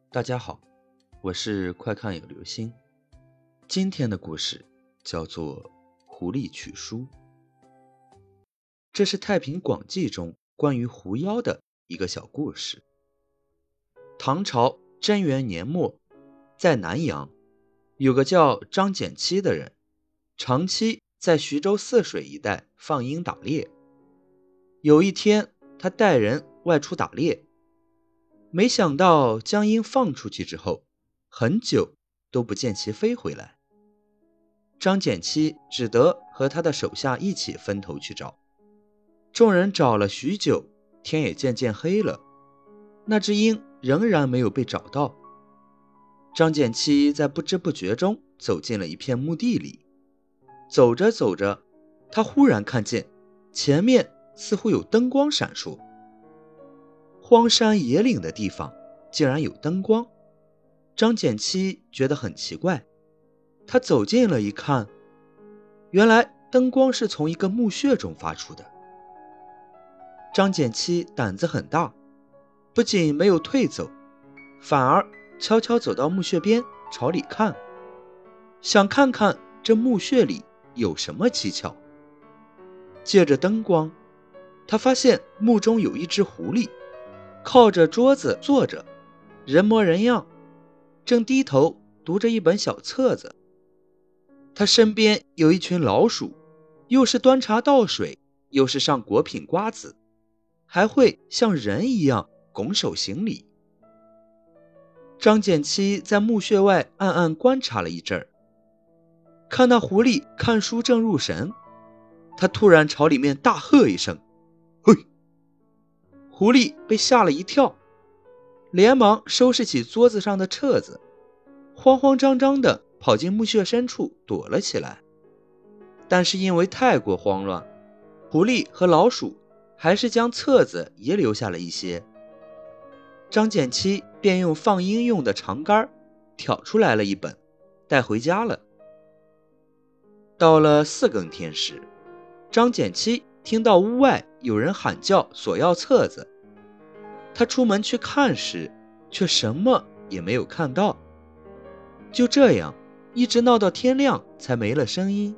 大家好，我是快看有流星。今天的故事叫做狐狸取书。这是《太平广记》中关于狐妖的一个小故事。唐朝贞元年末，在南阳有个叫张简七的人，长期在徐州泗水一带放鹰打猎。有一天，他带人外出打猎，没想到将鹰放出去之后，很久都不见其飞回来。张简七只得和他的手下一起分头去找。众人找了许久，天也渐渐黑了，那只鹰仍然没有被找到。张简七在不知不觉中走进了一片墓地里，走着走着，他忽然看见前面似乎有灯光闪烁。荒山野岭的地方竟然有灯光，张简七觉得很奇怪。他走近了一看，原来灯光是从一个墓穴中发出的。张简七胆子很大，不仅没有退走，反而悄悄走到墓穴边朝里看，想看看这墓穴里有什么蹊跷。借着灯光，他发现墓中有一只狐狸，靠着桌子坐着，人模人样，正低头读着一本小册子。他身边有一群老鼠，又是端茶倒水，又是上果品瓜子，还会像人一样拱手行礼。张简七在墓穴外暗暗观察了一阵儿，看那狐狸看书正入神，他突然朝里面大喝一声：“嘿！”狐狸被吓了一跳，连忙收拾起桌子上的册子，慌慌张张地跑进墓穴深处躲了起来。但是因为太过慌乱，狐狸和老鼠还是将册子遗留下了一些。张简七便用放鹰用的长杆挑出来了一本，带回家了。到了4更天时，张简七听到屋外有人喊叫索要册子，他出门去看时，却什么也没有看到。就这样一直闹到天亮才没了声音。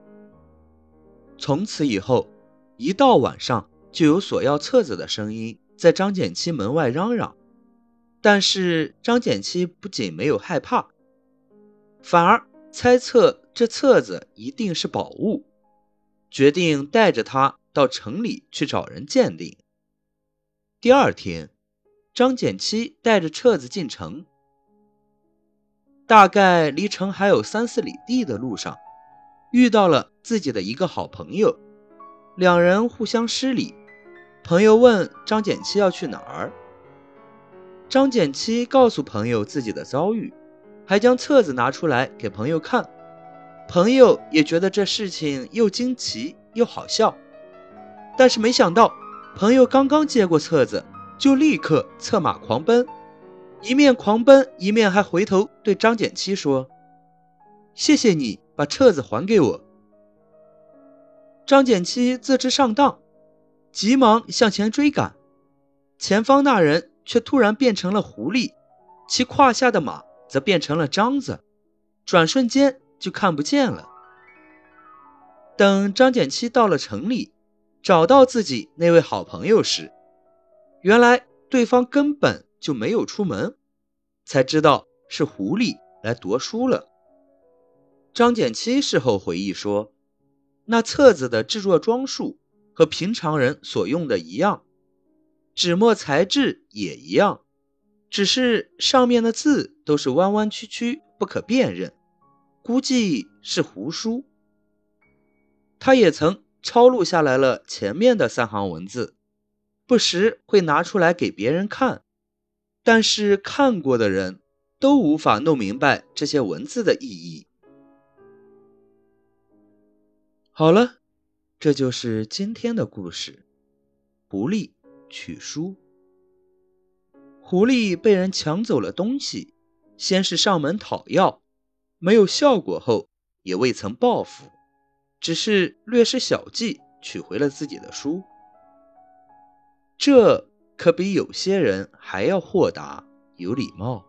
从此以后，一到晚上就有索要册子的声音在张简七门外嚷嚷。但是张简七不仅没有害怕，反而猜测这册子一定是宝物，决定带着它到城里去找人鉴定。第二天，张简七带着册子进城，大概离城还有3-4里地的路上，遇到了自己的一个好朋友，两人互相施礼。朋友问张简七要去哪儿，张简七告诉朋友自己的遭遇，还将册子拿出来给朋友看。朋友也觉得这事情又惊奇又好笑，但是没想到朋友刚刚接过册子，就立刻策马狂奔，一面狂奔一面还回头对张简七说：“谢谢你把册子还给我。”张简七自知上当，急忙向前追赶，前方那人却突然变成了狐狸，其胯下的马则变成了獐子，转瞬间就看不见了。等张简七到了城里，找到自己那位好朋友时，原来对方根本就没有出门，才知道是狐狸来夺书了。张简七事后回忆说，那册子的制作装束和平常人所用的一样，纸墨材质也一样，只是上面的字都是弯弯曲曲不可辨认，估计是胡书。他也曾抄录下来了前面的3行文字，不时会拿出来给别人看，但是看过的人都无法弄明白这些文字的意义。好了，这就是今天的故事，狐狸取书。狐狸被人抢走了东西，先是上门讨要，没有效果后也未曾报复，只是略施小计取回了自己的书。这可比有些人还要豁达有礼貌。